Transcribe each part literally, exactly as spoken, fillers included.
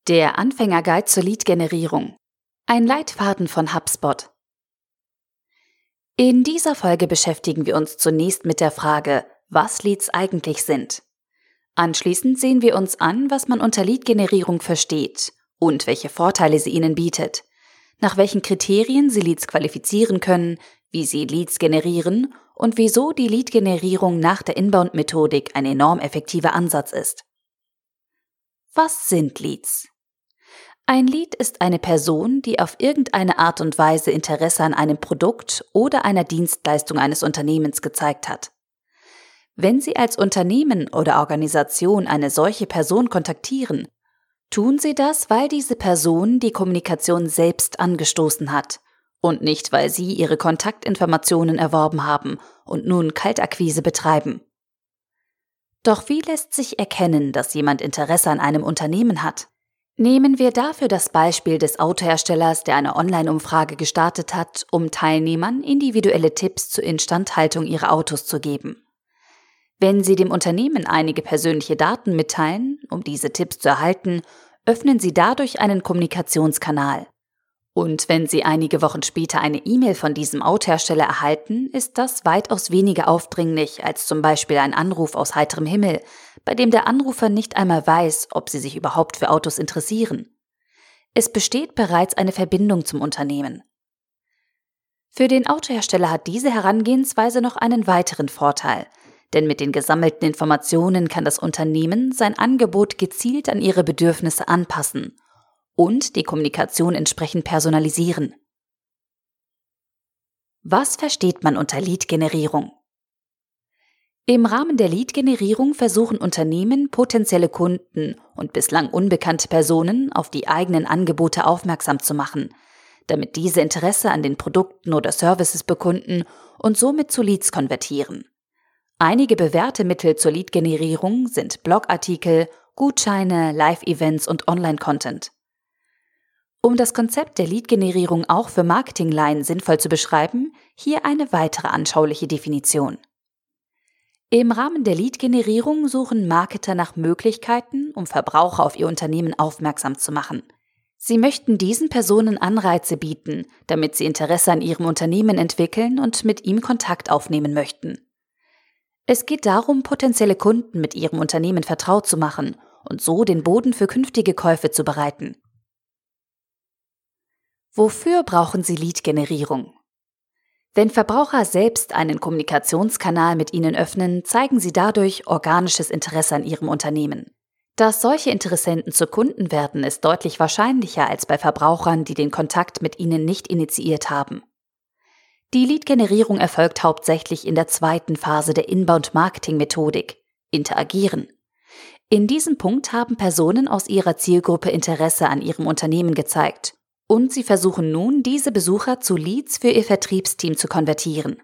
Der Anfängerguide zur Lead-Generierung. Ein Leitfaden von HubSpot. In dieser Folge beschäftigen wir uns zunächst mit der Frage, was Leads eigentlich sind. Anschließend sehen wir uns an, was man unter Lead-Generierung versteht und welche Vorteile sie Ihnen bietet, nach welchen Kriterien Sie Leads qualifizieren können, wie Sie Leads generieren und wieso die Lead-Generierung nach der Inbound-Methodik ein enorm effektiver Ansatz ist. Was sind Leads? Ein Lead ist eine Person, die auf irgendeine Art und Weise Interesse an einem Produkt oder einer Dienstleistung eines Unternehmens gezeigt hat. Wenn Sie als Unternehmen oder Organisation eine solche Person kontaktieren, tun Sie das, weil diese Person die Kommunikation selbst angestoßen hat und nicht, weil Sie Ihre Kontaktinformationen erworben haben und nun Kaltakquise betreiben. Doch wie lässt sich erkennen, dass jemand Interesse an einem Unternehmen hat? Nehmen wir dafür das Beispiel des Autoherstellers, der eine Online-Umfrage gestartet hat, um Teilnehmern individuelle Tipps zur Instandhaltung ihrer Autos zu geben. Wenn Sie dem Unternehmen einige persönliche Daten mitteilen, um diese Tipps zu erhalten, öffnen Sie dadurch einen Kommunikationskanal. Und wenn Sie einige Wochen später eine E-Mail von diesem Autohersteller erhalten, ist das weitaus weniger aufdringlich als zum Beispiel ein Anruf aus heiterem Himmel, bei dem der Anrufer nicht einmal weiß, ob Sie sich überhaupt für Autos interessieren. Es besteht bereits eine Verbindung zum Unternehmen. Für den Autohersteller hat diese Herangehensweise noch einen weiteren Vorteil, denn mit den gesammelten Informationen kann das Unternehmen sein Angebot gezielt an ihre Bedürfnisse anpassen und die Kommunikation entsprechend personalisieren. Was versteht man unter Lead-Generierung? Im Rahmen der Lead-Generierung versuchen Unternehmen, potenzielle Kunden und bislang unbekannte Personen auf die eigenen Angebote aufmerksam zu machen, damit diese Interesse an den Produkten oder Services bekunden und somit zu Leads konvertieren. Einige bewährte Mittel zur Lead-Generierung sind Blogartikel, Gutscheine, Live-Events und Online-Content. Um das Konzept der Lead-Generierung auch für Marketinglaien sinnvoll zu beschreiben, hier eine weitere anschauliche Definition. Im Rahmen der Lead-Generierung suchen Marketer nach Möglichkeiten, um Verbraucher auf ihr Unternehmen aufmerksam zu machen. Sie möchten diesen Personen Anreize bieten, damit sie Interesse an ihrem Unternehmen entwickeln und mit ihm Kontakt aufnehmen möchten. Es geht darum, potenzielle Kunden mit ihrem Unternehmen vertraut zu machen und so den Boden für künftige Käufe zu bereiten. Wofür brauchen Sie Lead-Generierung? Wenn Verbraucher selbst einen Kommunikationskanal mit Ihnen öffnen, zeigen Sie dadurch organisches Interesse an Ihrem Unternehmen. Dass solche Interessenten zu Kunden werden, ist deutlich wahrscheinlicher als bei Verbrauchern, die den Kontakt mit Ihnen nicht initiiert haben. Die Lead-Generierung erfolgt hauptsächlich in der zweiten Phase der Inbound-Marketing-Methodik, Interagieren. In diesem Punkt haben Personen aus ihrer Zielgruppe Interesse an ihrem Unternehmen gezeigt. Und sie versuchen nun, diese Besucher zu Leads für ihr Vertriebsteam zu konvertieren.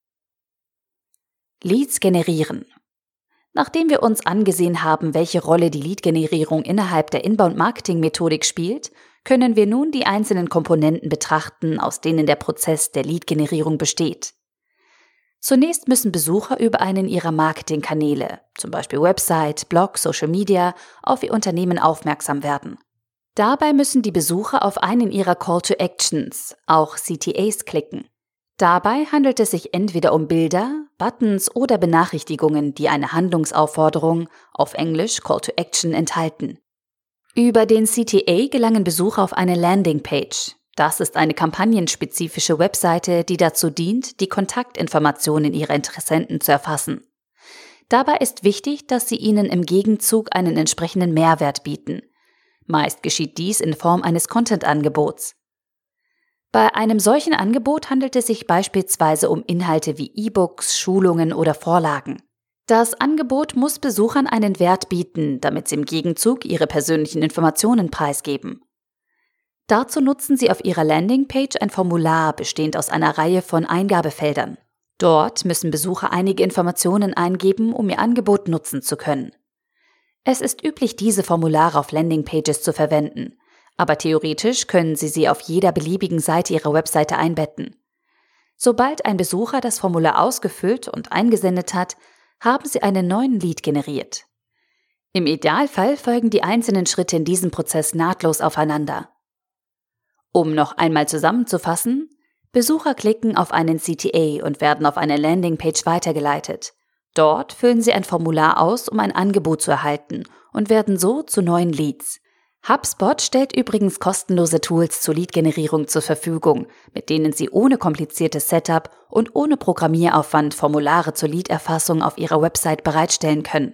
Leads generieren. Nachdem wir uns angesehen haben, welche Rolle die Lead-Generierung innerhalb der Inbound-Marketing-Methodik spielt, können wir nun die einzelnen Komponenten betrachten, aus denen der Prozess der Lead-Generierung besteht. Zunächst müssen Besucher über einen ihrer Marketingkanäle, zum Beispiel Website, Blog, Social Media, auf ihr Unternehmen aufmerksam werden. Dabei müssen die Besucher auf einen ihrer Call to Actions, auch C T As, klicken. Dabei handelt es sich entweder um Bilder, Buttons oder Benachrichtigungen, die eine Handlungsaufforderung, auf Englisch Call to Action, enthalten. Über den C T A gelangen Besucher auf eine Landingpage. Das ist eine kampagnenspezifische Webseite, die dazu dient, die Kontaktinformationen ihrer Interessenten zu erfassen. Dabei ist wichtig, dass sie ihnen im Gegenzug einen entsprechenden Mehrwert bieten. Meist geschieht dies in Form eines Content-Angebots. Bei einem solchen Angebot handelt es sich beispielsweise um Inhalte wie E-Books, Schulungen oder Vorlagen. Das Angebot muss Besuchern einen Wert bieten, damit sie im Gegenzug ihre persönlichen Informationen preisgeben. Dazu nutzen sie auf ihrer Landingpage ein Formular bestehend aus einer Reihe von Eingabefeldern. Dort müssen Besucher einige Informationen eingeben, um ihr Angebot nutzen zu können. Es ist üblich, diese Formulare auf Landingpages zu verwenden, aber theoretisch können Sie sie auf jeder beliebigen Seite Ihrer Webseite einbetten. Sobald ein Besucher das Formular ausgefüllt und eingesendet hat, haben Sie einen neuen Lead generiert. Im Idealfall folgen die einzelnen Schritte in diesem Prozess nahtlos aufeinander. Um noch einmal zusammenzufassen: Besucher klicken auf einen C T A und werden auf eine Landingpage weitergeleitet. Dort füllen sie ein Formular aus, um ein Angebot zu erhalten, und werden so zu neuen Leads. HubSpot stellt übrigens kostenlose Tools zur Lead-Generierung zur Verfügung, mit denen Sie ohne kompliziertes Setup und ohne Programmieraufwand Formulare zur Lead-Erfassung auf Ihrer Website bereitstellen können.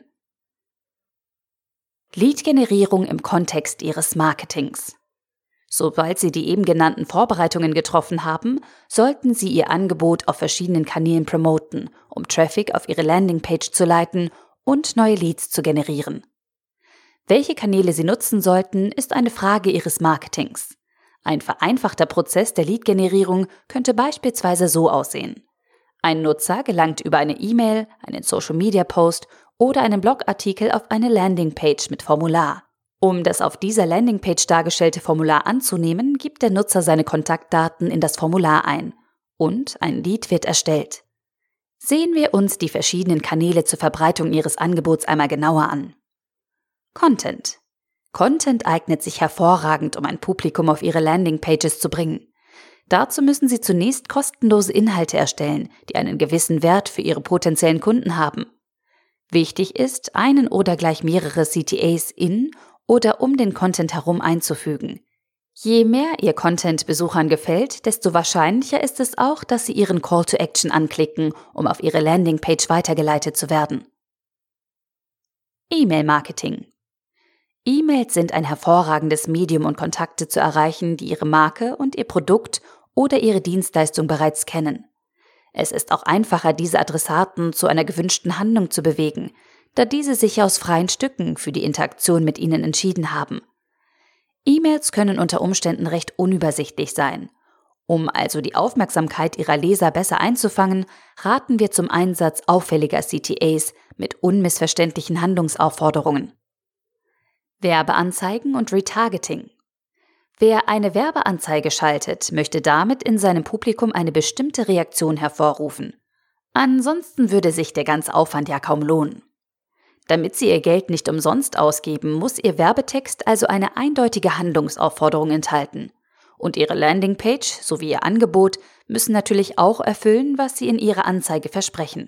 Lead-Generierung im Kontext Ihres Marketings. Sobald Sie die eben genannten Vorbereitungen getroffen haben, sollten Sie Ihr Angebot auf verschiedenen Kanälen promoten, um Traffic auf Ihre Landingpage zu leiten und neue Leads zu generieren. Welche Kanäle Sie nutzen sollten, ist eine Frage Ihres Marketings. Ein vereinfachter Prozess der Lead-Generierung könnte beispielsweise so aussehen: Ein Nutzer gelangt über eine E-Mail, einen Social-Media-Post oder einen Blogartikel auf eine Landingpage mit Formular. Um das auf dieser Landingpage dargestellte Formular anzunehmen, gibt der Nutzer seine Kontaktdaten in das Formular ein und ein Lead wird erstellt. Sehen wir uns die verschiedenen Kanäle zur Verbreitung Ihres Angebots einmal genauer an. Content. Content eignet sich hervorragend, um ein Publikum auf Ihre Landingpages zu bringen. Dazu müssen Sie zunächst kostenlose Inhalte erstellen, die einen gewissen Wert für Ihre potenziellen Kunden haben. Wichtig ist, einen oder gleich mehrere C T As in oder um den Content herum einzufügen. Je mehr Ihr Content Besuchern gefällt, desto wahrscheinlicher ist es auch, dass sie Ihren Call to Action anklicken, um auf Ihre Landingpage weitergeleitet zu werden. E-Mail-Marketing. E-Mails sind ein hervorragendes Medium, um Kontakte zu erreichen, die Ihre Marke und Ihr Produkt oder Ihre Dienstleistung bereits kennen. Es ist auch einfacher, diese Adressaten zu einer gewünschten Handlung zu bewegen, da diese sich aus freien Stücken für die Interaktion mit Ihnen entschieden haben. E-Mails können unter Umständen recht unübersichtlich sein. Um also die Aufmerksamkeit Ihrer Leser besser einzufangen, raten wir zum Einsatz auffälliger C T As mit unmissverständlichen Handlungsaufforderungen. Werbeanzeigen und Retargeting. Wer eine Werbeanzeige schaltet, möchte damit in seinem Publikum eine bestimmte Reaktion hervorrufen. Ansonsten würde sich der ganze Aufwand ja kaum lohnen. Damit Sie Ihr Geld nicht umsonst ausgeben, muss Ihr Werbetext also eine eindeutige Handlungsaufforderung enthalten. Und Ihre Landingpage sowie Ihr Angebot müssen natürlich auch erfüllen, was Sie in Ihrer Anzeige versprechen.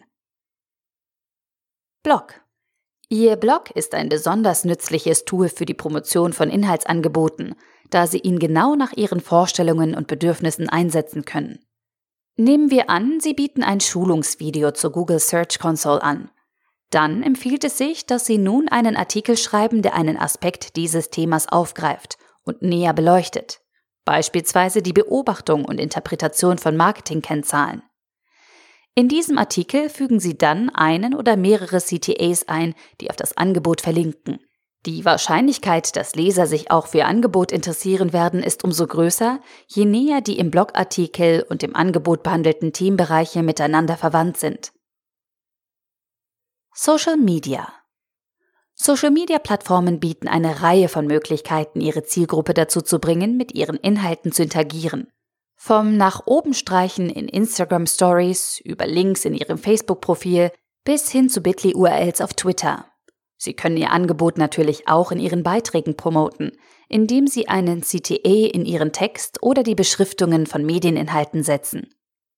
Blog. Ihr Blog ist ein besonders nützliches Tool für die Promotion von Inhaltsangeboten, da Sie ihn genau nach Ihren Vorstellungen und Bedürfnissen einsetzen können. Nehmen wir an, Sie bieten ein Schulungsvideo zur Google Search Console an. Dann empfiehlt es sich, dass Sie nun einen Artikel schreiben, der einen Aspekt dieses Themas aufgreift und näher beleuchtet, beispielsweise die Beobachtung und Interpretation von Marketingkennzahlen. In diesem Artikel fügen Sie dann einen oder mehrere C T As ein, die auf das Angebot verlinken. Die Wahrscheinlichkeit, dass Leser sich auch für Ihr Angebot interessieren werden, ist umso größer, je näher die im Blogartikel und im Angebot behandelten Themenbereiche miteinander verwandt sind. Social Media. Social-Media-Plattformen bieten eine Reihe von Möglichkeiten, Ihre Zielgruppe dazu zu bringen, mit ihren Inhalten zu interagieren. Vom nach oben streichen in Instagram Stories, über Links in Ihrem Facebook-Profil bis hin zu bit punkt ly U R Ls auf Twitter. Sie können Ihr Angebot natürlich auch in Ihren Beiträgen promoten, indem Sie einen C T A in Ihren Text oder die Beschriftungen von Medieninhalten setzen.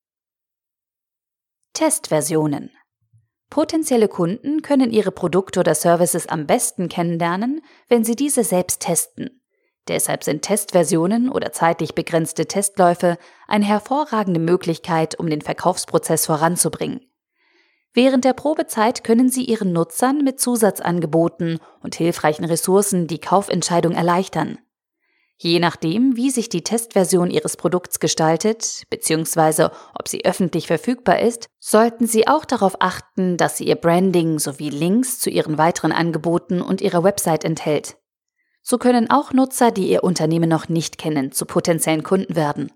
Testversionen. Potenzielle Kunden können ihre Produkte oder Services am besten kennenlernen, wenn sie diese selbst testen. Deshalb sind Testversionen oder zeitlich begrenzte Testläufe eine hervorragende Möglichkeit, um den Verkaufsprozess voranzubringen. Während der Probezeit können Sie Ihren Nutzern mit Zusatzangeboten und hilfreichen Ressourcen die Kaufentscheidung erleichtern. Je nachdem, wie sich die Testversion Ihres Produkts gestaltet, bzw. ob sie öffentlich verfügbar ist, sollten Sie auch darauf achten, dass sie Ihr Branding sowie Links zu Ihren weiteren Angeboten und Ihrer Website enthält. So können auch Nutzer, die Ihr Unternehmen noch nicht kennen, zu potenziellen Kunden werden.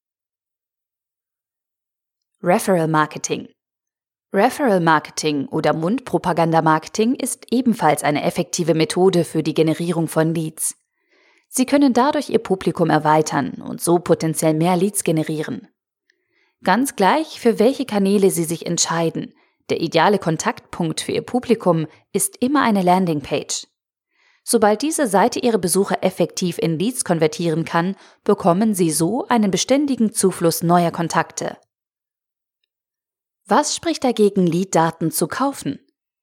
Referral Marketing. Referral Marketing oder Mundpropaganda-Marketing ist ebenfalls eine effektive Methode für die Generierung von Leads. Sie können dadurch Ihr Publikum erweitern und so potenziell mehr Leads generieren. Ganz gleich, für welche Kanäle Sie sich entscheiden, Der ideale Kontaktpunkt für Ihr Publikum ist immer eine Landingpage. Sobald diese Seite Ihre Besucher effektiv in Leads konvertieren kann, bekommen Sie so einen beständigen Zufluss neuer Kontakte. Was spricht dagegen, Lead-Daten zu kaufen?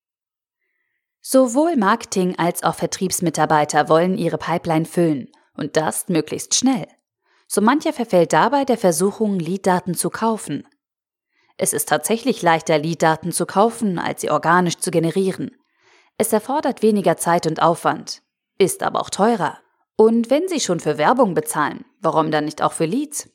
Sowohl Marketing- als auch Vertriebsmitarbeiter wollen ihre Pipeline füllen und das möglichst schnell. So mancher verfällt dabei der Versuchung, Lead-Daten zu kaufen. Es ist tatsächlich leichter, Lead-Daten zu kaufen, als sie organisch zu generieren. Es erfordert weniger Zeit und Aufwand, ist aber auch teurer. Und wenn Sie schon für Werbung bezahlen, warum dann nicht auch für Leads?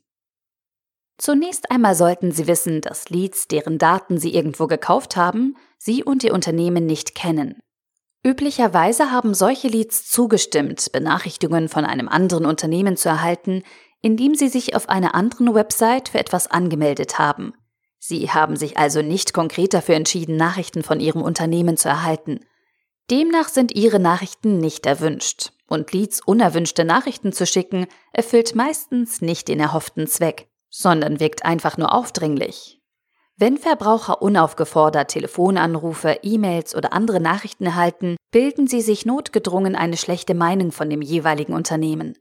Zunächst einmal sollten Sie wissen, dass Leads, deren Daten Sie irgendwo gekauft haben, Sie und Ihr Unternehmen nicht kennen. Üblicherweise haben solche Leads zugestimmt, Benachrichtigungen von einem anderen Unternehmen zu erhalten, indem sie sich auf einer anderen Website für etwas angemeldet haben. Sie haben sich also nicht konkret dafür entschieden, Nachrichten von Ihrem Unternehmen zu erhalten. Demnach sind Ihre Nachrichten nicht erwünscht und Leads unerwünschte Nachrichten zu schicken, erfüllt meistens nicht den erhofften Zweck, sondern wirkt einfach nur aufdringlich. Wenn Verbraucher unaufgefordert Telefonanrufe, E-Mails oder andere Nachrichten erhalten, bilden sie sich notgedrungen eine schlechte Meinung von dem jeweiligen Unternehmen.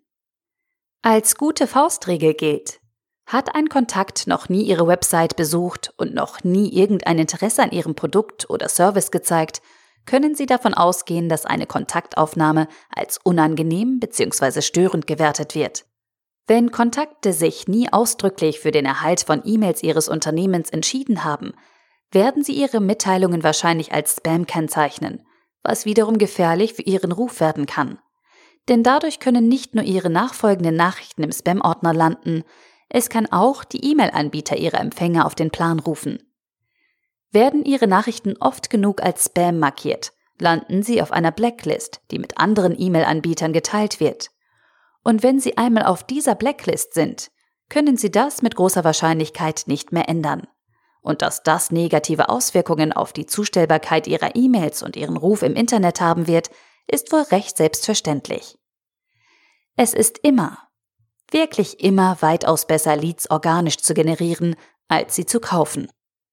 Als gute Faustregel gilt: Hat ein Kontakt noch nie Ihre Website besucht und noch nie irgendein Interesse an Ihrem Produkt oder Service gezeigt, können Sie davon ausgehen, dass eine Kontaktaufnahme als unangenehm bzw. störend gewertet wird. Wenn Kontakte sich nie ausdrücklich für den Erhalt von E-Mails Ihres Unternehmens entschieden haben, werden Sie Ihre Mitteilungen wahrscheinlich als Spam kennzeichnen, was wiederum gefährlich für Ihren Ruf werden kann. Denn dadurch können nicht nur Ihre nachfolgenden Nachrichten im Spam-Ordner landen, es kann auch die E-Mail-Anbieter Ihrer Empfänger auf den Plan rufen. Werden Ihre Nachrichten oft genug als Spam markiert, landen Sie auf einer Blacklist, die mit anderen E-Mail-Anbietern geteilt wird. Und wenn Sie einmal auf dieser Blacklist sind, können Sie das mit großer Wahrscheinlichkeit nicht mehr ändern. Und dass das negative Auswirkungen auf die Zustellbarkeit Ihrer E-Mails und Ihren Ruf im Internet haben wird, ist wohl recht selbstverständlich. Es ist immer, wirklich immer weitaus besser, Leads organisch zu generieren, als sie zu kaufen.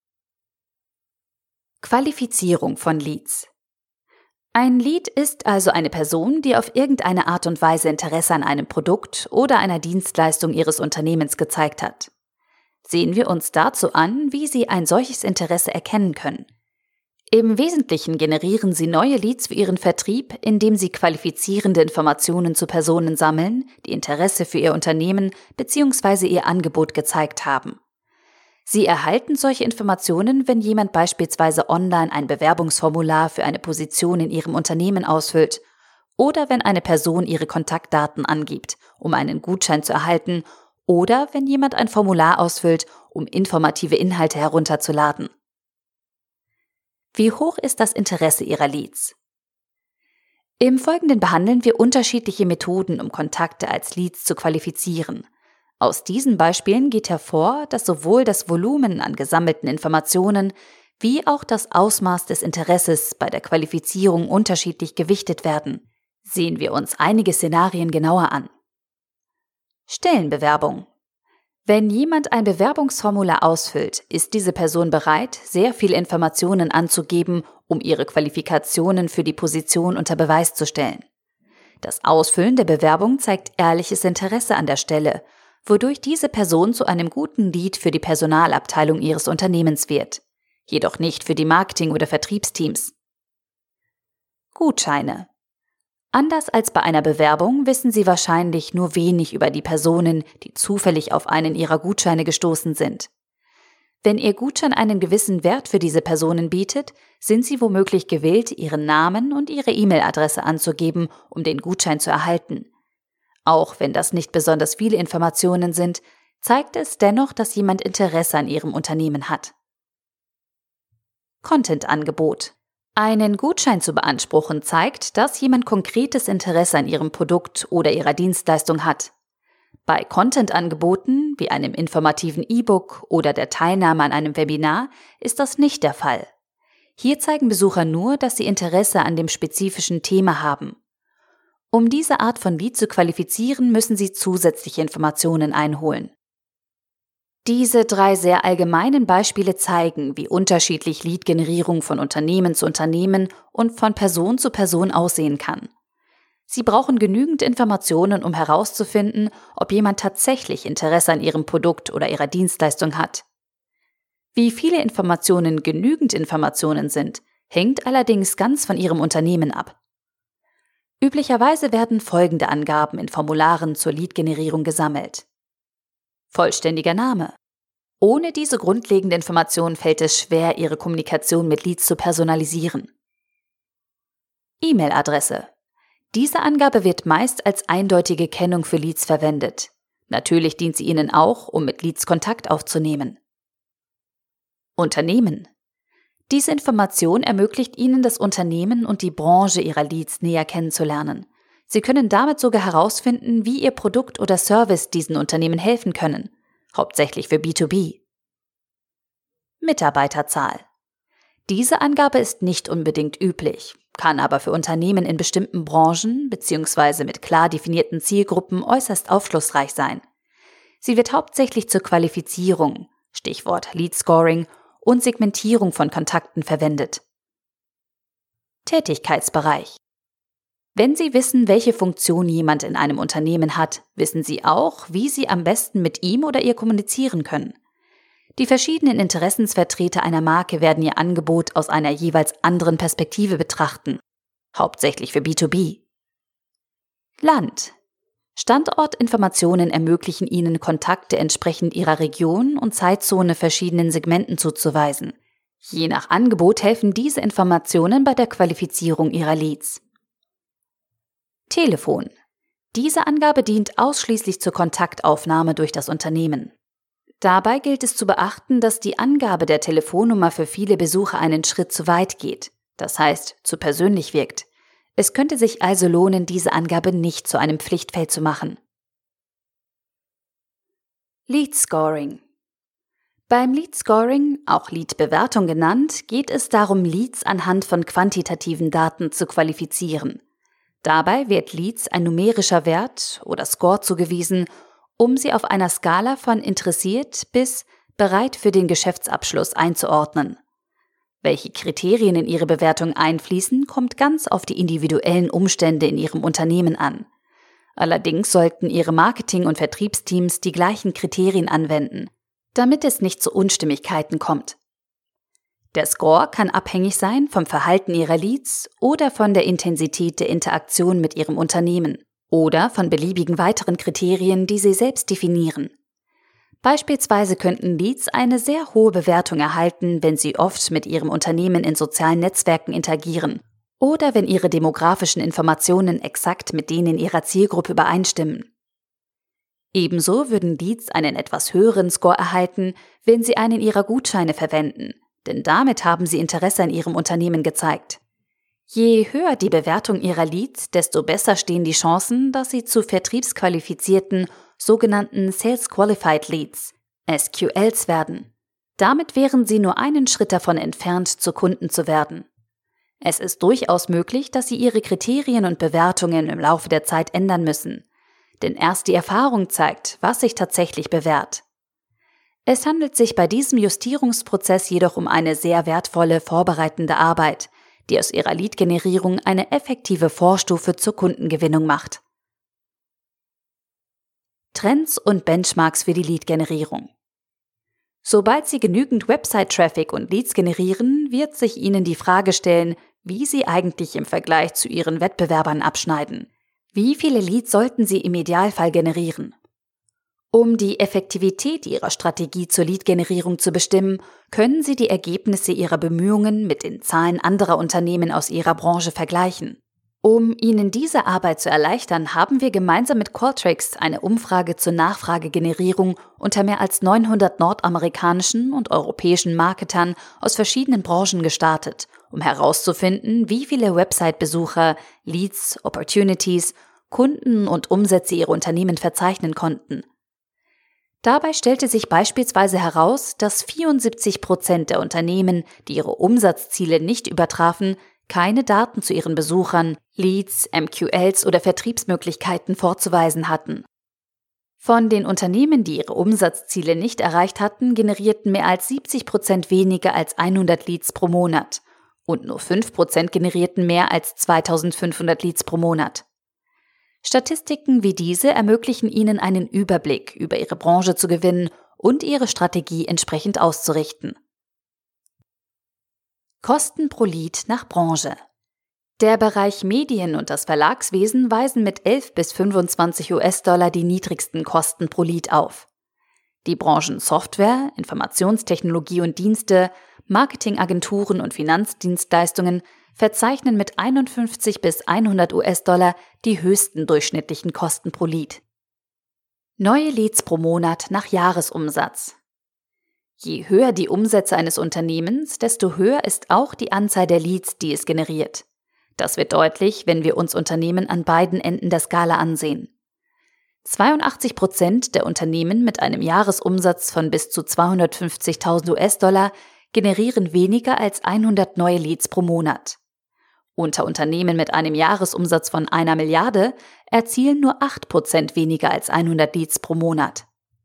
Qualifizierung von Leads. Ein Lead ist also eine Person, die auf irgendeine Art und Weise Interesse an einem Produkt oder einer Dienstleistung Ihres Unternehmens gezeigt hat. Sehen wir uns dazu an, wie Sie ein solches Interesse erkennen können. Im Wesentlichen generieren Sie neue Leads für Ihren Vertrieb, indem Sie qualifizierende Informationen zu Personen sammeln, die Interesse für Ihr Unternehmen bzw. Ihr Angebot gezeigt haben. Sie erhalten solche Informationen, wenn jemand beispielsweise online ein Bewerbungsformular für eine Position in Ihrem Unternehmen ausfüllt oder wenn eine Person ihre Kontaktdaten angibt, um einen Gutschein zu erhalten, oder wenn jemand ein Formular ausfüllt, um informative Inhalte herunterzuladen. Wie hoch ist das Interesse Ihrer Leads? Im Folgenden behandeln wir unterschiedliche Methoden, um Kontakte als Leads zu qualifizieren. Aus diesen Beispielen geht hervor, dass sowohl das Volumen an gesammelten Informationen wie auch das Ausmaß des Interesses bei der Qualifizierung unterschiedlich gewichtet werden. Sehen wir uns einige Szenarien genauer an. Stellenbewerbung. Wenn jemand ein Bewerbungsformular ausfüllt, ist diese Person bereit, sehr viele Informationen anzugeben, um ihre Qualifikationen für die Position unter Beweis zu stellen. Das Ausfüllen der Bewerbung zeigt ehrliches Interesse an der Stelle, wodurch diese Person zu einem guten Lead für die Personalabteilung Ihres Unternehmens wird, jedoch nicht für die Marketing- oder Vertriebsteams. Gutscheine. Anders als bei einer Bewerbung wissen Sie wahrscheinlich nur wenig über die Personen, die zufällig auf einen Ihrer Gutscheine gestoßen sind. Wenn Ihr Gutschein einen gewissen Wert für diese Personen bietet, sind Sie womöglich gewillt, Ihren Namen und Ihre E-Mail-Adresse anzugeben, um den Gutschein zu erhalten. Auch wenn das nicht besonders viele Informationen sind, zeigt es dennoch, dass jemand Interesse an Ihrem Unternehmen hat. Content-Angebot. Einen Gutschein zu beanspruchen zeigt, dass jemand konkretes Interesse an Ihrem Produkt oder Ihrer Dienstleistung hat. Bei Content-Angeboten, wie einem informativen E-Book oder der Teilnahme an einem Webinar, ist das nicht der Fall. Hier zeigen Besucher nur, dass sie Interesse an dem spezifischen Thema haben. Um diese Art von Lead zu qualifizieren, müssen Sie zusätzliche Informationen einholen. Diese drei sehr allgemeinen Beispiele zeigen, wie unterschiedlich Lead-Generierung von Unternehmen zu Unternehmen und von Person zu Person aussehen kann. Sie brauchen genügend Informationen, um herauszufinden, ob jemand tatsächlich Interesse an Ihrem Produkt oder Ihrer Dienstleistung hat. Wie viele Informationen genügend Informationen sind, hängt allerdings ganz von Ihrem Unternehmen ab. Üblicherweise werden folgende Angaben in Formularen zur Lead-Generierung gesammelt. Vollständiger Name. Ohne diese grundlegende Information fällt es schwer, Ihre Kommunikation mit Leads zu personalisieren. E-Mail-Adresse. Diese Angabe wird meist als eindeutige Kennung für Leads verwendet. Natürlich dient sie Ihnen auch, um mit Leads Kontakt aufzunehmen. Unternehmen. Diese Information ermöglicht Ihnen, das Unternehmen und die Branche Ihrer Leads näher kennenzulernen. Sie können damit sogar herausfinden, wie Ihr Produkt oder Service diesen Unternehmen helfen können, hauptsächlich für B zwei B. Mitarbeiterzahl. Diese Angabe ist nicht unbedingt üblich, kann aber für Unternehmen in bestimmten Branchen bzw. mit klar definierten Zielgruppen äußerst aufschlussreich sein. Sie wird hauptsächlich zur Qualifizierung, Stichwort Lead Scoring, und Segmentierung von Kontakten verwendet. Tätigkeitsbereich. Wenn Sie wissen, welche Funktion jemand in einem Unternehmen hat, wissen Sie auch, wie Sie am besten mit ihm oder ihr kommunizieren können. Die verschiedenen Interessensvertreter einer Marke werden ihr Angebot aus einer jeweils anderen Perspektive betrachten, hauptsächlich für B zwei B. Land. Standortinformationen ermöglichen Ihnen, Kontakte entsprechend Ihrer Region und Zeitzone verschiedenen Segmenten zuzuweisen. Je nach Angebot helfen diese Informationen bei der Qualifizierung Ihrer Leads. Telefon. Diese Angabe dient ausschließlich zur Kontaktaufnahme durch das Unternehmen. Dabei gilt es zu beachten, dass die Angabe der Telefonnummer für viele Besucher einen Schritt zu weit geht, das heißt, zu persönlich wirkt. Es könnte sich also lohnen, diese Angabe nicht zu einem Pflichtfeld zu machen. Lead Scoring. Beim Lead Scoring, auch Lead-Bewertung genannt, geht es darum, Leads anhand von quantitativen Daten zu qualifizieren. Dabei wird Leads ein numerischer Wert oder Score zugewiesen, um sie auf einer Skala von interessiert bis bereit für den Geschäftsabschluss einzuordnen. Welche Kriterien in Ihre Bewertung einfließen, kommt ganz auf die individuellen Umstände in Ihrem Unternehmen an. Allerdings sollten Ihre Marketing- und Vertriebsteams die gleichen Kriterien anwenden, damit es nicht zu Unstimmigkeiten kommt. Der Score kann abhängig sein vom Verhalten Ihrer Leads oder von der Intensität der Interaktion mit Ihrem Unternehmen oder von beliebigen weiteren Kriterien, die Sie selbst definieren. Beispielsweise könnten Leads eine sehr hohe Bewertung erhalten, wenn sie oft mit ihrem Unternehmen in sozialen Netzwerken interagieren oder wenn ihre demografischen Informationen exakt mit denen ihrer Zielgruppe übereinstimmen. Ebenso würden Leads einen etwas höheren Score erhalten, wenn sie einen ihrer Gutscheine verwenden, denn damit haben sie Interesse an ihrem Unternehmen gezeigt. Je höher die Bewertung ihrer Leads, desto besser stehen die Chancen, dass sie zu vertriebsqualifizierten sogenannten Sales Qualified Leads, S Q Ls werden. Damit wären sie nur einen Schritt davon entfernt, zu Kunden zu werden. Es ist durchaus möglich, dass sie ihre Kriterien und Bewertungen im Laufe der Zeit ändern müssen. Denn erst die Erfahrung zeigt, was sich tatsächlich bewährt. Es handelt sich bei diesem Justierungsprozess jedoch um eine sehr wertvolle vorbereitende Arbeit, die aus ihrer Lead-Generierung eine effektive Vorstufe zur Kundengewinnung macht. Trends und Benchmarks für die Lead-Generierung. Sobald Sie genügend Website-Traffic und Leads generieren, wird sich Ihnen die Frage stellen, wie Sie eigentlich im Vergleich zu Ihren Wettbewerbern abschneiden. Wie viele Leads sollten Sie im Idealfall generieren? Um die Effektivität Ihrer Strategie zur Lead-Generierung zu bestimmen, können Sie die Ergebnisse Ihrer Bemühungen mit den Zahlen anderer Unternehmen aus Ihrer Branche vergleichen. Um Ihnen diese Arbeit zu erleichtern, haben wir gemeinsam mit Qualtrics eine Umfrage zur Nachfragegenerierung unter mehr als neunhundert nordamerikanischen und europäischen Marketern aus verschiedenen Branchen gestartet, um herauszufinden, wie viele Website-Besucher, Leads, Opportunities, Kunden und Umsätze ihre Unternehmen verzeichnen konnten. Dabei stellte sich beispielsweise heraus, dass vierundsiebzig Prozent der Unternehmen, die ihre Umsatzziele nicht übertrafen, keine Daten zu ihren Besuchern, Leads, M Q Ls oder Vertriebsmöglichkeiten vorzuweisen hatten. Von den Unternehmen, die ihre Umsatzziele nicht erreicht hatten, generierten mehr als siebzig Prozent weniger als hundert Leads pro Monat und nur fünf Prozent generierten mehr als zweitausendfünfhundert Leads pro Monat. Statistiken wie diese ermöglichen Ihnen einen Überblick über Ihre Branche zu gewinnen und Ihre Strategie entsprechend auszurichten. Kosten pro Lead nach Branche. Der Bereich Medien und das Verlagswesen weisen mit elf bis fünfundzwanzig US-Dollar die niedrigsten Kosten pro Lead auf. Die Branchen Software, Informationstechnologie und Dienste, Marketingagenturen und Finanzdienstleistungen verzeichnen mit einundfünfzig bis hundert US-Dollar die höchsten durchschnittlichen Kosten pro Lead. Neue Leads pro Monat nach Jahresumsatz. Je höher die Umsätze eines Unternehmens, desto höher ist auch die Anzahl der Leads, die es generiert. Das wird deutlich, wenn wir uns Unternehmen an beiden Enden der Skala ansehen. zweiundachtzig Prozent der Unternehmen mit einem Jahresumsatz von bis zu zweihundertfünfzigtausend US-Dollar generieren weniger als hundert neue Leads pro Monat. Unter Unternehmen mit einem Jahresumsatz von einer Milliarde erzielen nur acht Prozent weniger als hundert Leads pro Monat.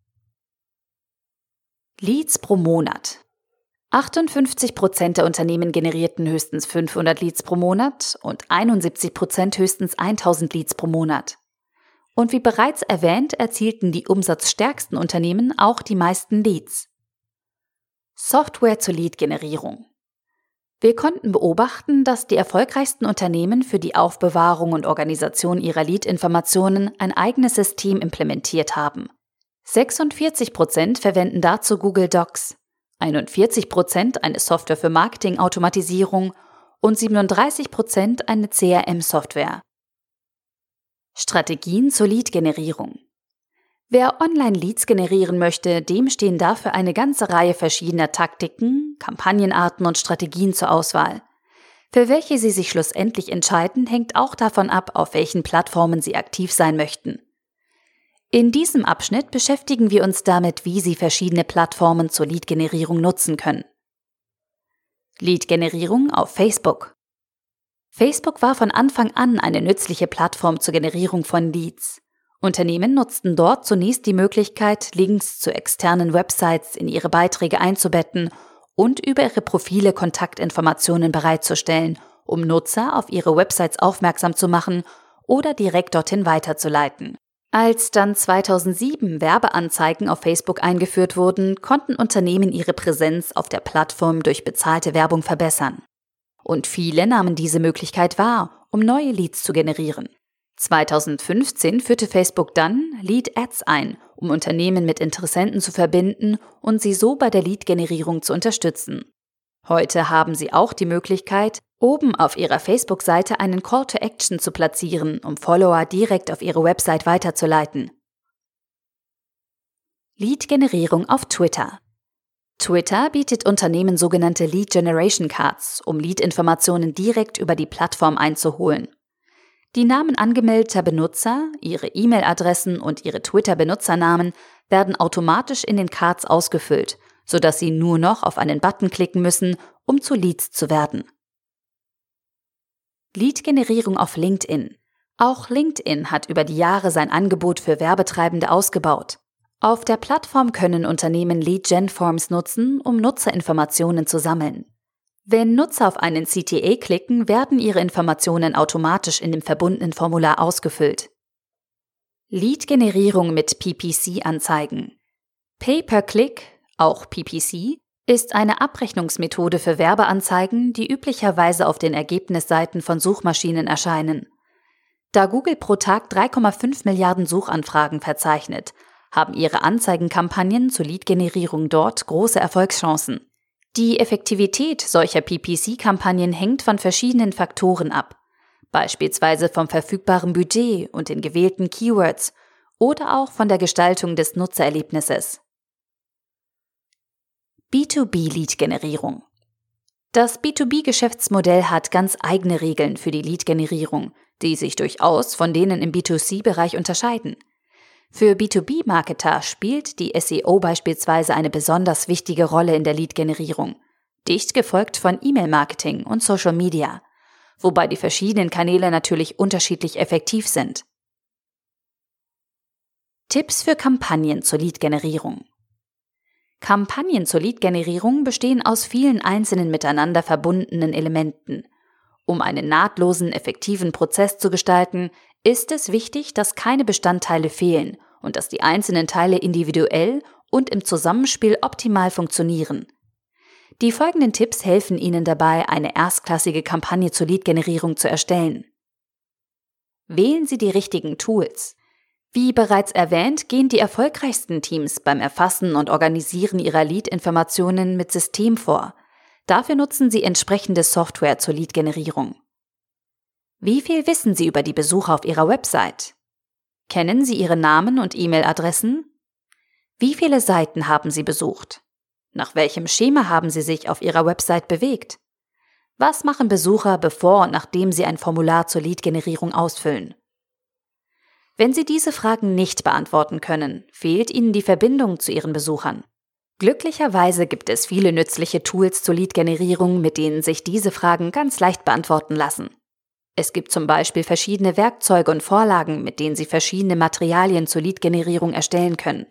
Leads pro Monat. achtundfünfzig Prozent der Unternehmen generierten höchstens fünfhundert Leads pro Monat und einundsiebzig Prozent höchstens tausend Leads pro Monat. Und wie bereits erwähnt, erzielten die umsatzstärksten Unternehmen auch die meisten Leads. Software zur Lead-Generierung. Wir konnten beobachten, dass die erfolgreichsten Unternehmen für die Aufbewahrung und Organisation ihrer Lead-Informationen ein eigenes System implementiert haben. sechsundvierzig Prozent verwenden dazu Google Docs, einundvierzig Prozent eine Software für Marketing-Automatisierung und siebenunddreißig Prozent eine C R M-Software. Strategien zur Lead-Generierung. Wer Online-Leads generieren möchte, dem stehen dafür eine ganze Reihe verschiedener Taktiken, Kampagnenarten und Strategien zur Auswahl. Für welche Sie sich schlussendlich entscheiden, hängt auch davon ab, auf welchen Plattformen Sie aktiv sein möchten. In diesem Abschnitt beschäftigen wir uns damit, wie Sie verschiedene Plattformen zur Lead-Generierung nutzen können. Lead-Generierung auf Facebook. Facebook war von Anfang an eine nützliche Plattform zur Generierung von Leads. Unternehmen nutzten dort zunächst die Möglichkeit, Links zu externen Websites in ihre Beiträge einzubetten und über ihre Profile Kontaktinformationen bereitzustellen, um Nutzer auf ihre Websites aufmerksam zu machen oder direkt dorthin weiterzuleiten. Als dann zweitausendsieben Werbeanzeigen auf Facebook eingeführt wurden, konnten Unternehmen ihre Präsenz auf der Plattform durch bezahlte Werbung verbessern. Und viele nahmen diese Möglichkeit wahr, um neue Leads zu generieren. zweitausendfünfzehn führte Facebook dann Lead Ads ein, um Unternehmen mit Interessenten zu verbinden und sie so bei der Lead-Generierung zu unterstützen. Heute haben Sie auch die Möglichkeit, oben auf Ihrer Facebook-Seite einen Call to Action zu platzieren, um Follower direkt auf Ihre Website weiterzuleiten. Lead-Generierung auf Twitter. Twitter bietet Unternehmen sogenannte Lead Generation Cards, um Lead-Informationen direkt über die Plattform einzuholen. Die Namen angemeldeter Benutzer, ihre E-Mail-Adressen und ihre Twitter-Benutzernamen werden automatisch in den Cards ausgefüllt, sodass Sie nur noch auf einen Button klicken müssen, um zu Leads zu werden. Lead-Generierung auf LinkedIn. Auch LinkedIn hat über die Jahre sein Angebot für Werbetreibende ausgebaut. Auf der Plattform können Unternehmen Lead-Gen-Forms nutzen, um Nutzerinformationen zu sammeln. Wenn Nutzer auf einen C T A klicken, werden ihre Informationen automatisch in dem verbundenen Formular ausgefüllt. Lead-Generierung mit P P C-Anzeigen. Pay-per-Click, auch P P C, ist eine Abrechnungsmethode für Werbeanzeigen, die üblicherweise auf den Ergebnisseiten von Suchmaschinen erscheinen. Da Google pro Tag drei Komma fünf Milliarden Suchanfragen verzeichnet, haben ihre Anzeigenkampagnen zur Lead-Generierung dort große Erfolgschancen. Die Effektivität solcher P P C-Kampagnen hängt von verschiedenen Faktoren ab, beispielsweise vom verfügbaren Budget und den gewählten Keywords oder auch von der Gestaltung des Nutzererlebnisses. B zwei B-Lead-Generierung. Das B zwei B-Geschäftsmodell hat ganz eigene Regeln für die Lead-Generierung, die sich durchaus von denen im B zwei C-Bereich unterscheiden. Für B zwei B-Marketer spielt die S E O beispielsweise eine besonders wichtige Rolle in der Lead-Generierung, dicht gefolgt von E-Mail-Marketing und Social Media, wobei die verschiedenen Kanäle natürlich unterschiedlich effektiv sind. Tipps für Kampagnen zur Lead-Generierung. Kampagnen zur Lead-Generierung bestehen aus vielen einzelnen miteinander verbundenen Elementen. Um einen nahtlosen, effektiven Prozess zu gestalten, ist es wichtig, dass keine Bestandteile fehlen und dass die einzelnen Teile individuell und im Zusammenspiel optimal funktionieren. Die folgenden Tipps helfen Ihnen dabei, eine erstklassige Kampagne zur Lead-Generierung zu erstellen. Wählen Sie die richtigen Tools. Wie bereits erwähnt, gehen die erfolgreichsten Teams beim Erfassen und Organisieren ihrer Lead-Informationen mit System vor. Dafür nutzen sie entsprechende Software zur Lead-Generierung. Wie viel wissen Sie über die Besucher auf Ihrer Website? Kennen Sie Ihre Namen und E-Mail-Adressen? Wie viele Seiten haben Sie besucht? Nach welchem Schema haben Sie sich auf Ihrer Website bewegt? Was machen Besucher, bevor und nachdem sie ein Formular zur Lead-Generierung ausfüllen? Wenn Sie diese Fragen nicht beantworten können, fehlt Ihnen die Verbindung zu Ihren Besuchern. Glücklicherweise gibt es viele nützliche Tools zur Lead-Generierung, mit denen sich diese Fragen ganz leicht beantworten lassen. Es gibt zum Beispiel verschiedene Werkzeuge und Vorlagen, mit denen Sie verschiedene Materialien zur Lead-Generierung erstellen können.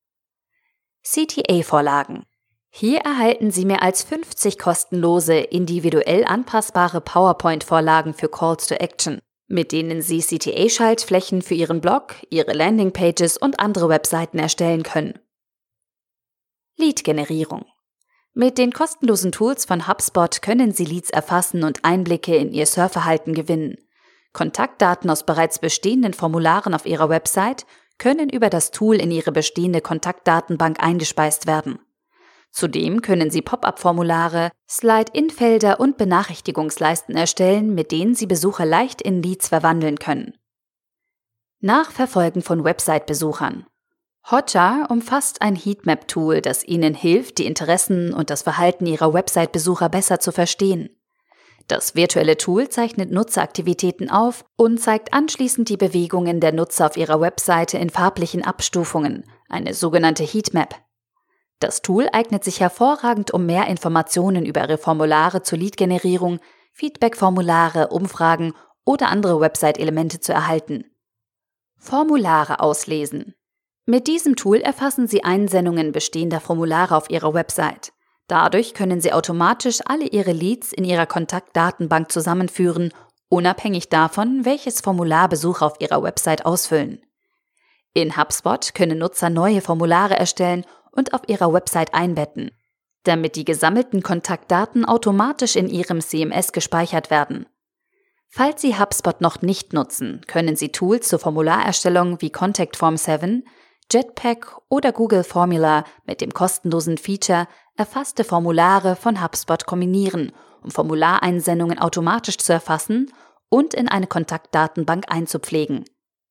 C T A-Vorlagen. Hier erhalten Sie mehr als fünfzig kostenlose, individuell anpassbare PowerPoint-Vorlagen für Calls to Action, mit denen Sie C T A-Schaltflächen für Ihren Blog, Ihre Landingpages und andere Webseiten erstellen können. Lead-Generierung. Mit den kostenlosen Tools von HubSpot können Sie Leads erfassen und Einblicke in Ihr Surfverhalten gewinnen. Kontaktdaten aus bereits bestehenden Formularen auf Ihrer Website können über das Tool in Ihre bestehende Kontaktdatenbank eingespeist werden. Zudem können Sie Pop-up-Formulare, Slide-In-Felder und Benachrichtigungsleisten erstellen, mit denen Sie Besucher leicht in Leads verwandeln können. Nachverfolgen von Website-Besuchern. Hotjar umfasst ein Heatmap-Tool, das Ihnen hilft, die Interessen und das Verhalten Ihrer Website-Besucher besser zu verstehen. Das virtuelle Tool zeichnet Nutzeraktivitäten auf und zeigt anschließend die Bewegungen der Nutzer auf Ihrer Webseite in farblichen Abstufungen, eine sogenannte Heatmap. Das Tool eignet sich hervorragend, um mehr Informationen über Ihre Formulare zur Lead-Generierung, Feedback-Formulare, Umfragen oder andere Website-Elemente zu erhalten. Formulare auslesen. Mit diesem Tool erfassen Sie Einsendungen bestehender Formulare auf Ihrer Website. Dadurch können Sie automatisch alle Ihre Leads in Ihrer Kontaktdatenbank zusammenführen, unabhängig davon, welches Formular Besucher auf Ihrer Website ausfüllen. In HubSpot können Nutzer neue Formulare erstellen und auf Ihrer Website einbetten, damit die gesammelten Kontaktdaten automatisch in Ihrem C M S gespeichert werden. Falls Sie HubSpot noch nicht nutzen, können Sie Tools zur Formularerstellung wie Contact Form sieben, Jetpack oder Google Formula mit dem kostenlosen Feature Erfasste Formulare von HubSpot kombinieren, um Formulareinsendungen automatisch zu erfassen und in eine Kontaktdatenbank einzupflegen.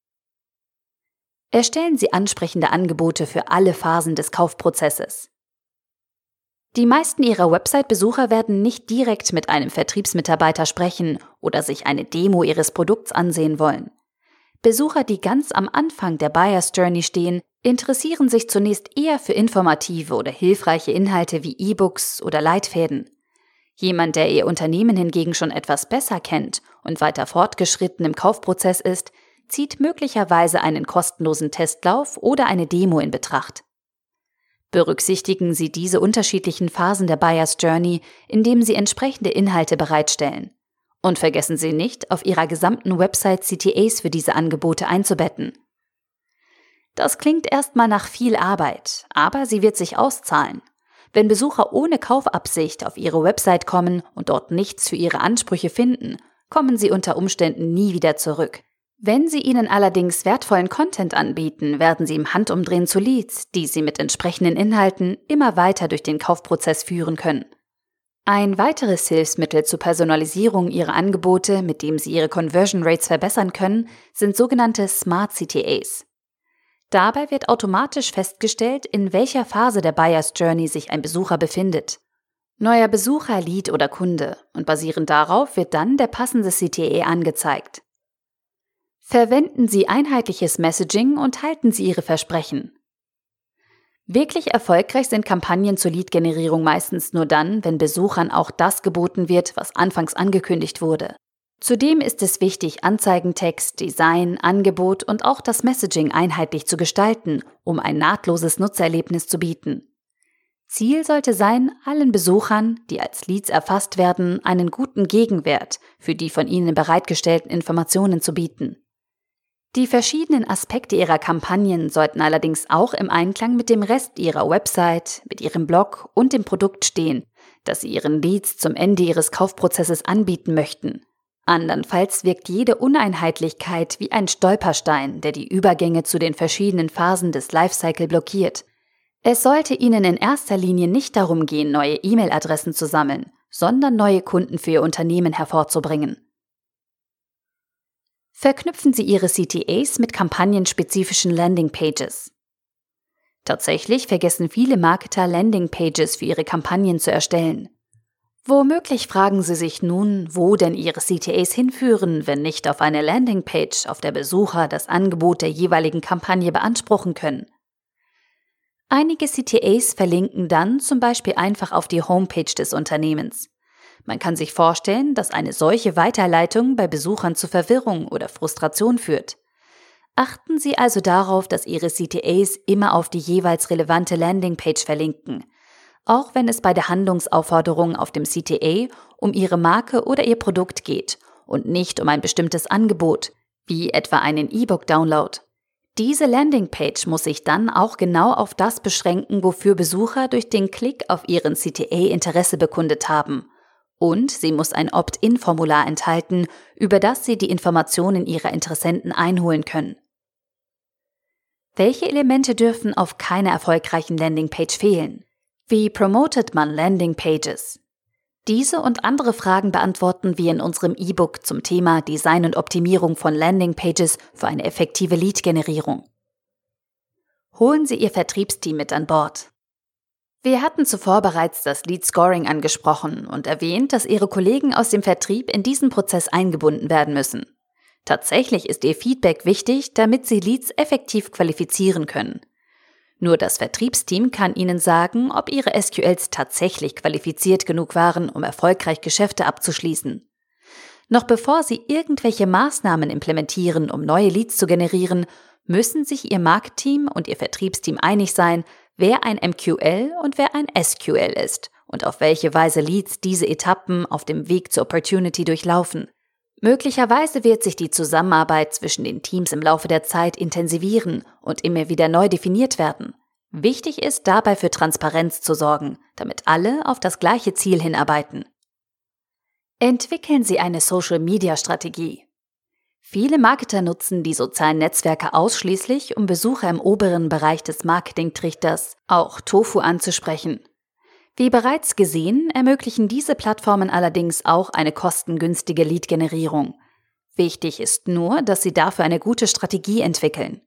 Erstellen Sie ansprechende Angebote für alle Phasen des Kaufprozesses. Die meisten Ihrer Website-Besucher werden nicht direkt mit einem Vertriebsmitarbeiter sprechen oder sich eine Demo Ihres Produkts ansehen wollen. Besucher, die ganz am Anfang der Buyer's Journey stehen, interessieren sich zunächst eher für informative oder hilfreiche Inhalte wie E-Books oder Leitfäden. Jemand, der Ihr Unternehmen hingegen schon etwas besser kennt und weiter fortgeschritten im Kaufprozess ist, zieht möglicherweise einen kostenlosen Testlauf oder eine Demo in Betracht. Berücksichtigen Sie diese unterschiedlichen Phasen der Buyer's Journey, indem Sie entsprechende Inhalte bereitstellen. Und vergessen Sie nicht, auf Ihrer gesamten Website C T As für diese Angebote einzubetten. Das klingt erstmal nach viel Arbeit, aber sie wird sich auszahlen. Wenn Besucher ohne Kaufabsicht auf Ihre Website kommen und dort nichts für ihre Ansprüche finden, kommen sie unter Umständen nie wieder zurück. Wenn Sie ihnen allerdings wertvollen Content anbieten, werden Sie im Handumdrehen zu Leads, die Sie mit entsprechenden Inhalten immer weiter durch den Kaufprozess führen können. Ein weiteres Hilfsmittel zur Personalisierung Ihrer Angebote, mit dem Sie Ihre Conversion Rates verbessern können, sind sogenannte Smart C T As. Dabei wird automatisch festgestellt, in welcher Phase der Buyer's Journey sich ein Besucher befindet. Neuer Besucher, Lead oder Kunde, und basierend darauf wird dann der passende C T A angezeigt. Verwenden Sie einheitliches Messaging und halten Sie Ihre Versprechen. Wirklich erfolgreich sind Kampagnen zur Lead-Generierung meistens nur dann, wenn Besuchern auch das geboten wird, was anfangs angekündigt wurde. Zudem ist es wichtig, Anzeigentext, Design, Angebot und auch das Messaging einheitlich zu gestalten, um ein nahtloses Nutzererlebnis zu bieten. Ziel sollte sein, allen Besuchern, die als Leads erfasst werden, einen guten Gegenwert für die von ihnen bereitgestellten Informationen zu bieten. Die verschiedenen Aspekte ihrer Kampagnen sollten allerdings auch im Einklang mit dem Rest ihrer Website, mit ihrem Blog und dem Produkt stehen, das sie ihren Leads zum Ende ihres Kaufprozesses anbieten möchten. Andernfalls wirkt jede Uneinheitlichkeit wie ein Stolperstein, der die Übergänge zu den verschiedenen Phasen des Lifecycle blockiert. Es sollte Ihnen in erster Linie nicht darum gehen, neue E-Mail-Adressen zu sammeln, sondern neue Kunden für Ihr Unternehmen hervorzubringen. Verknüpfen Sie Ihre C T As mit kampagnenspezifischen Landingpages. Tatsächlich vergessen viele Marketer, Landingpages für ihre Kampagnen zu erstellen. Womöglich fragen Sie sich nun, wo denn Ihre C T As hinführen, wenn nicht auf eine Landingpage, auf der Besucher das Angebot der jeweiligen Kampagne beanspruchen können. Einige C T As verlinken dann zum Beispiel einfach auf die Homepage des Unternehmens. Man kann sich vorstellen, dass eine solche Weiterleitung bei Besuchern zu Verwirrung oder Frustration führt. Achten Sie also darauf, dass Ihre C T As immer auf die jeweils relevante Landingpage verlinken, auch wenn es bei der Handlungsaufforderung auf dem C T A um Ihre Marke oder Ihr Produkt geht und nicht um ein bestimmtes Angebot, wie etwa einen E-Book-Download. Diese Landingpage muss sich dann auch genau auf das beschränken, wofür Besucher durch den Klick auf Ihren C T A Interesse bekundet haben. Und sie muss ein Opt-in-Formular enthalten, über das Sie die Informationen Ihrer Interessenten einholen können. Welche Elemente dürfen auf keiner erfolgreichen Landingpage fehlen? Wie promotet man Landingpages? Diese und andere Fragen beantworten wir in unserem E-Book zum Thema Design und Optimierung von Landingpages für eine effektive Lead-Generierung. Holen Sie Ihr Vertriebsteam mit an Bord. Wir hatten zuvor bereits das Lead-Scoring angesprochen und erwähnt, dass Ihre Kollegen aus dem Vertrieb in diesen Prozess eingebunden werden müssen. Tatsächlich ist Ihr Feedback wichtig, damit Sie Leads effektiv qualifizieren können. Nur das Vertriebsteam kann Ihnen sagen, ob Ihre S Q Ls tatsächlich qualifiziert genug waren, um erfolgreich Geschäfte abzuschließen. Noch bevor Sie irgendwelche Maßnahmen implementieren, um neue Leads zu generieren, müssen sich Ihr Marketing und Ihr Vertriebsteam einig sein, wer ein M Q L und wer ein S Q L ist und auf welche Weise Leads diese Etappen auf dem Weg zur Opportunity durchlaufen. Möglicherweise wird sich die Zusammenarbeit zwischen den Teams im Laufe der Zeit intensivieren und immer wieder neu definiert werden. Wichtig ist dabei für Transparenz zu sorgen, damit alle auf das gleiche Ziel hinarbeiten. Entwickeln Sie eine Social-Media-Strategie. Viele Marketer nutzen die sozialen Netzwerke ausschließlich, um Besucher im oberen Bereich des Marketingtrichters, auch Tofu, anzusprechen. Wie bereits gesehen, ermöglichen diese Plattformen allerdings auch eine kostengünstige Lead-Generierung. Wichtig ist nur, dass Sie dafür eine gute Strategie entwickeln.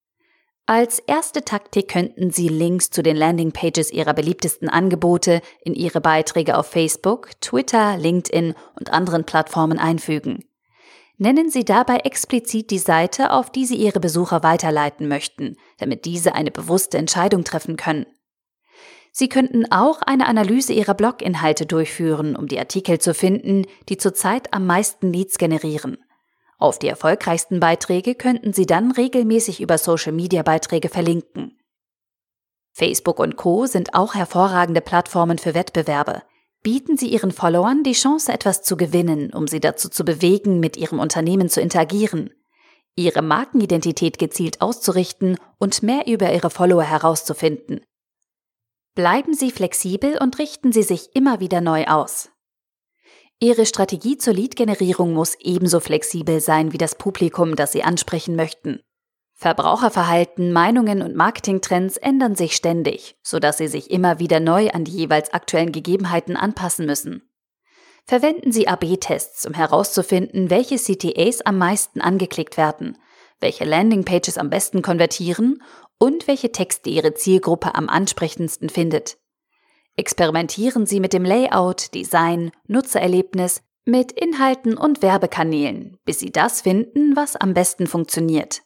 Als erste Taktik könnten Sie Links zu den Landingpages Ihrer beliebtesten Angebote in Ihre Beiträge auf Facebook, Twitter, LinkedIn und anderen Plattformen einfügen. Nennen Sie dabei explizit die Seite, auf die Sie Ihre Besucher weiterleiten möchten, damit diese eine bewusste Entscheidung treffen können. Sie könnten auch eine Analyse Ihrer Blog-Inhalte durchführen, um die Artikel zu finden, die zurzeit am meisten Leads generieren. Auf die erfolgreichsten Beiträge könnten Sie dann regelmäßig über Social-Media-Beiträge verlinken. Facebook und Co. sind auch hervorragende Plattformen für Wettbewerbe. Bieten Sie Ihren Followern die Chance, etwas zu gewinnen, um sie dazu zu bewegen, mit Ihrem Unternehmen zu interagieren, Ihre Markenidentität gezielt auszurichten und mehr über Ihre Follower herauszufinden. Bleiben Sie flexibel und richten Sie sich immer wieder neu aus. Ihre Strategie zur Lead-Generierung muss ebenso flexibel sein wie das Publikum, das Sie ansprechen möchten. Verbraucherverhalten, Meinungen und Marketingtrends ändern sich ständig, sodass Sie sich immer wieder neu an die jeweils aktuellen Gegebenheiten anpassen müssen. Verwenden Sie A B Tests, um herauszufinden, welche C T As am meisten angeklickt werden, welche Landingpages am besten konvertieren und welche Texte Ihre Zielgruppe am ansprechendsten findet. Experimentieren Sie mit dem Layout, Design, Nutzererlebnis, mit Inhalten und Werbekanälen, bis Sie das finden, was am besten funktioniert.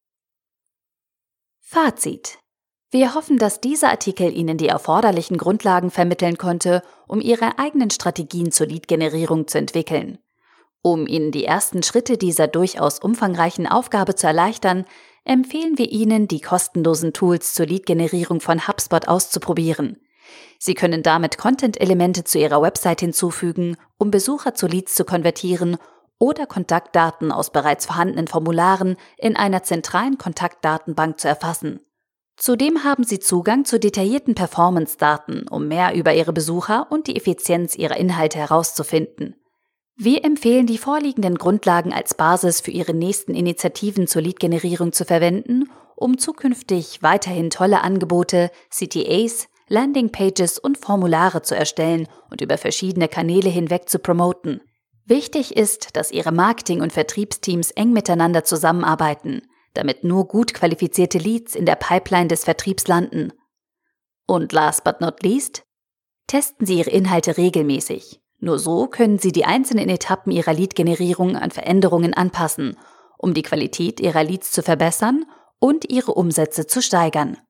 Fazit: Wir hoffen, dass dieser Artikel Ihnen die erforderlichen Grundlagen vermitteln konnte, um Ihre eigenen Strategien zur Lead-Generierung zu entwickeln. Um Ihnen die ersten Schritte dieser durchaus umfangreichen Aufgabe zu erleichtern, empfehlen wir Ihnen, die kostenlosen Tools zur Lead-Generierung von HubSpot auszuprobieren. Sie können damit Content-Elemente zu Ihrer Website hinzufügen, um Besucher zu Leads zu konvertieren oder Kontaktdaten aus bereits vorhandenen Formularen in einer zentralen Kontaktdatenbank zu erfassen. Zudem haben Sie Zugang zu detaillierten Performance-Daten, um mehr über Ihre Besucher und die Effizienz Ihrer Inhalte herauszufinden. Wir empfehlen, die vorliegenden Grundlagen als Basis für Ihre nächsten Initiativen zur Lead-Generierung zu verwenden, um zukünftig weiterhin tolle Angebote, C T As, Landingpages und Formulare zu erstellen und über verschiedene Kanäle hinweg zu promoten. Wichtig ist, dass Ihre Marketing- und Vertriebsteams eng miteinander zusammenarbeiten, damit nur gut qualifizierte Leads in der Pipeline des Vertriebs landen. Und last but not least, testen Sie Ihre Inhalte regelmäßig. Nur so können Sie die einzelnen Etappen Ihrer Lead-Generierung an Veränderungen anpassen, um die Qualität Ihrer Leads zu verbessern und Ihre Umsätze zu steigern.